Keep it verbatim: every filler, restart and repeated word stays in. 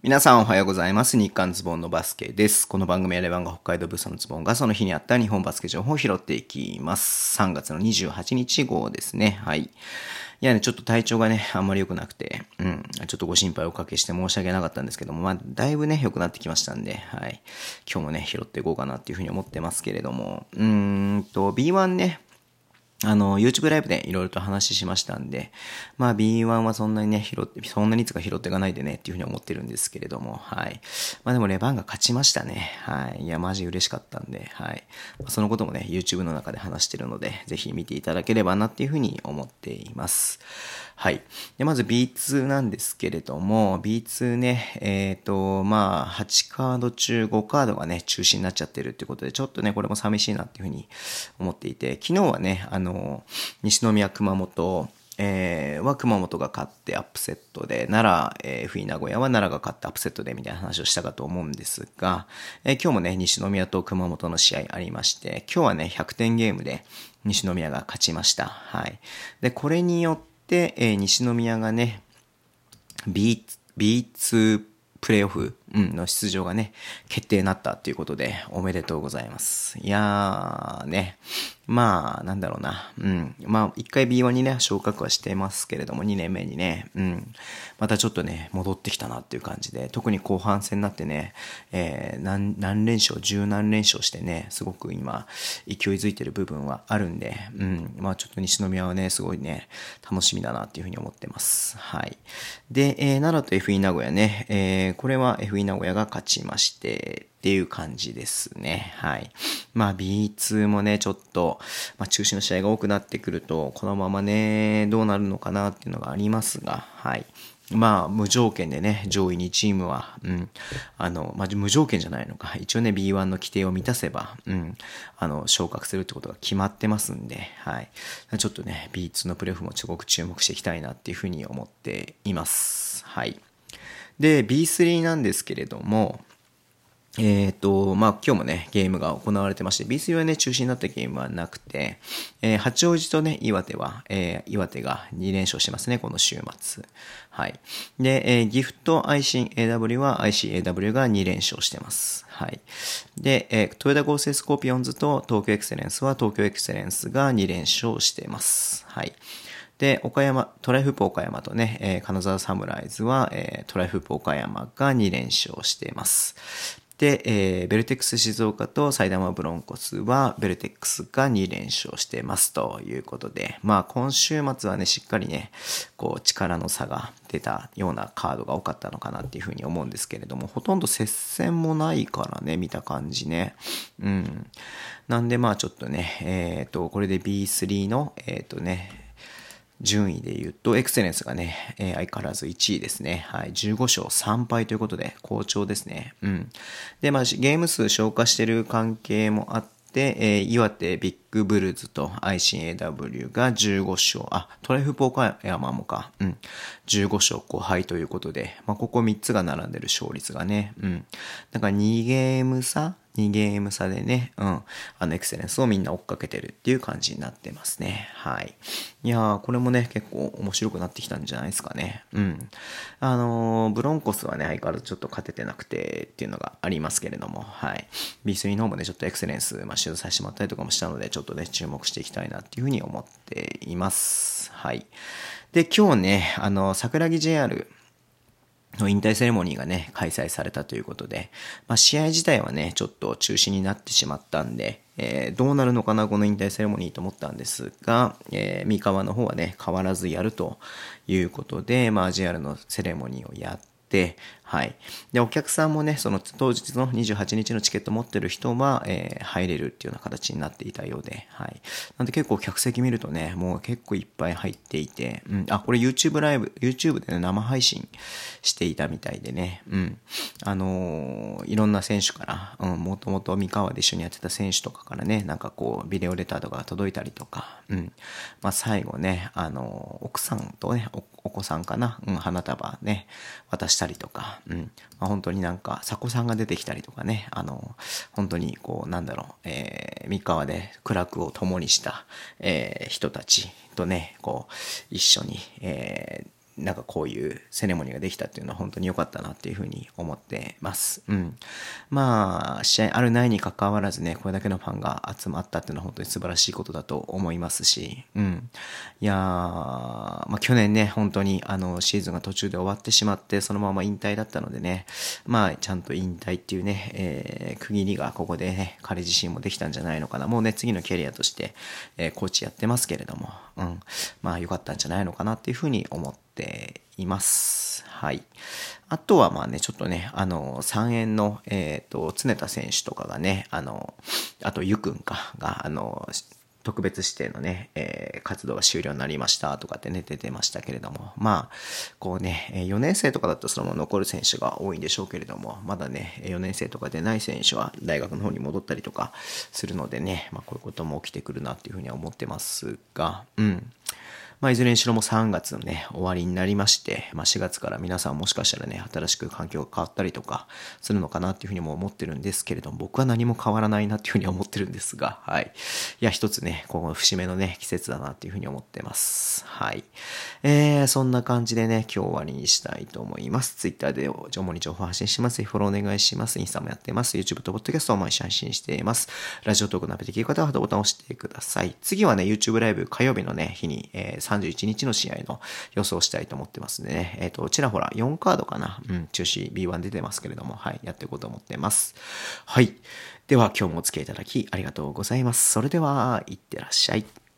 皆さんおはようございます。日刊ズボンのバスケです。この番組はレバンが北海道ブースのズボンがその日にあった日本バスケ情報を拾っていきます。さんがつのにじゅうはちにち号ですね。はい。いやね、ちょっと体調がね、あんまり良くなくて、うん、ちょっとご心配をおかけして申し訳なかったんですけども、まあ、だいぶね、良くなってきましたんで、はい。今日もね、拾っていこうかなっていうふうに思ってますけれども、うーんと、ビーワン ね、あの、YouTube ライブでいろいろと話しましたんで、まあ ビーワン はそんなにね、拾って、そんなにいつか拾っていかないでねっていうふうに思ってるんですけれども、はい。まあでもレバンが勝ちましたね。はい。いや、マジ嬉しかったんで、はい。そのこともね、YouTube の中で話してるので、ぜひ見ていただければなっていうふうに思っています。はい。で、まず ビーツー なんですけれども、ビーツー ね、えっと、まあ、はちカード中ごカードがね、中止になっちゃってるっていうことで、ちょっとね、これも寂しいなっていうふうに思っていて、昨日はね、あの、西宮熊本、えー、は熊本が勝ってアップセットで、奈良、えー、エフイー 名古屋は奈良が勝ってアップセットでみたいな話をしたかと思うんですが、えー、今日もね、西宮と熊本の試合ありまして、今日はね、ひゃくてんゲームで西宮が勝ちました。はい。で、これによって、えー、西宮がね、B、ビーツー プレイオフの出場がね、決定になったということで、おめでとうございます。いやーね、まあ、なんだろうな。うん。まあ、一回 ビーワン にね、昇格はしてますけれども、にねんめにね、うん。またちょっとね、戻ってきたなっていう感じで、特に後半戦になってね、えー、何、何連勝、十何連勝してね、すごく今、勢いづいてる部分はあるんで、うん。まあ、ちょっと西宮はね、すごいね、楽しみだなっていうふうに思ってます。はい。で、えー、奈良と エフイー 名古屋ね、えー、これは エフイー 名古屋が勝ちまして、っていう感じですね。はい。まあ ビーツー もね、ちょっと、まあ中止の試合が多くなってくると、このままね、どうなるのかなっていうのがありますが、はい。まあ無条件でね、上位にチームは、うん、あの、まあ無条件じゃないのか。一応ね、ビーワン の規定を満たせば、うん、あの、昇格するってことが決まってますんで、はい。ちょっとね、ビーツー のプレーオフもすごく注目していきたいなっていうふうに思っています。はい。で、ビースリー なんですけれども、えっと、まあ、今日もね、ゲームが行われてまして、ビースリー はね、中止になったゲームはなくて、えー、八王子とね、岩手は、えー、岩手がに連勝してますね、この週末。はい。で、えー、岐阜と アイシーエーダブリュー は アイシーエーダブリュー がに連勝してます。はい。で、えー、トヨタ合成スコーピオンズと東京エクセレンスは東京エクセレンスがに連勝してます。はい。で、岡山、トライフープ岡山とね、えー、金沢サムライズは、えー、トライフープ岡山がに連勝しています。で、えー、ベルテックス静岡と埼玉ブロンコスはベルテックスがに連勝してますということで、まあ今週末はね、しっかりね、こう力の差が出たようなカードが多かったのかなっていうふうに思うんですけれども、ほとんど接戦もないからね、見た感じね。うん。なんでまあちょっとね、えっと、これで ビースリー の、えっとね、順位で言うと、エクセレンスがね、えー、相変わらずいちいですね。はい。じゅうご勝さん敗ということで、好調ですね。うん。で、まあ、ゲーム数消化してる関係もあって、えー、岩手ビッグブルーズと アイシーエーダブリュー がじゅうご勝、あ、トライフポーカー山もか、うん。じゅうご勝ご敗ということで、まあ、ここみっつが並んでる勝率がね、うん。だからにゲーム差にゲーム差でね、うん。あの、エクセレンスをみんな追っかけてるっていう感じになってますね。はい。いやー、これもね、結構面白くなってきたんじゃないですかね。うん。あのー、ブロンコスはね、相変わらずちょっと勝ててなくてっていうのがありますけれども、はい。ビースリー の方もね、ちょっとエクセレンス、まあ、取材させてもらったりとかもしたので、ちょっとね、注目していきたいなっていうふうに思っています。はい。で、今日ね、あの、桜木 ジェイアール、の引退セレモニーがね、開催されたということで、まあ、試合自体はね、ちょっと中止になってしまったんで、えー、どうなるのかな、この引退セレモニーと思ったんですが、えー、三河の方はね、変わらずやるということで、まあ、ジェイアール のセレモニーをやって、はい。で、お客さんもね、その当日のにじゅうはちにちのチケット持ってる人は、えー、入れるっていうような形になっていたようで、はい。なんで結構客席見るとね、もう結構いっぱい入っていて、うん、あ、これ YouTube ライブ、YouTube でね、生配信していたみたいでね、うん。あのー、いろんな選手から、うん、もともと三河で一緒にやってた選手とかからね、なんかこう、ビデオレターとかが届いたりとか、うん。まあ最後ね、あのー、奥さんとね、お、お子さんかな、うん、花束ね、渡したりとか、うん。まあ、本当になんか、佐古さんが出てきたりとかね、あの、本当にこう、なんだろう、えー、三河で苦楽を共にした、えー、人たちとね、こう、一緒に、えー、 なんかこういうセレモニーができたっていうのは本当に良かったなっていうふうに思ってます。うん。まあ、試合あるないに関わらずね、これだけのファンが集まったっていうのは本当に素晴らしいことだと思いますし、うん。いやー、まあ去年ね、本当にあの、シーズンが途中で終わってしまって、そのまま引退だったのでね、まあ、ちゃんと引退っていうね、えー、区切りがここでね、彼自身もできたんじゃないのかな。もうね、次のキャリアとして、えー、コーチやってますけれども、うん。まあ、良かったんじゃないのかなっていうふうに思っています。はい。あとはまあね、ちょっとね、あの、三円の、えっと、常田選手とかがね、あの、あと、ゆくんか、が、あの、特別指定のね、えー、活動が終了になりましたとかってね、出てましたけれども、まあ、こうね、よねん生とかだとそのまま残る選手が多いんでしょうけれども、まだね、よねん生とかでない選手は大学の方に戻ったりとかするのでね、まあこういうことも起きてくるなっていうふうには思ってますが、うん。まあ、いずれにしろもさんがつのね、終わりになりまして、まあ、しがつから皆さんもしかしたらね、新しく環境が変わったりとかするのかなっていうふうにも思ってるんですけれども、僕は何も変わらないなっていうふうに思ってるんですが、はい。いや、一つね、この節目のね、季節だなっていうふうに思ってます。はい。えー、そんな感じでね、今日終わりにしたいと思います。Twitter で主に情報発信します。フォローお願いします。インスタもやってます。YouTube と Podcast を毎週配信しています。ラジオトークのアプリできる方はハートボタンを押してください。次はね、YouTube ライブ火曜日のね、日に、えー、さんじゅういちにちの試合の予想をしたいと思ってますんでね。えっと、ちらほらよんカードかな。うん、中止 ビーワン 出てますけれども、はい、やっていこうと思ってます。はい。では、今日もお付き合いいただきありがとうございます。それでは、いってらっしゃい。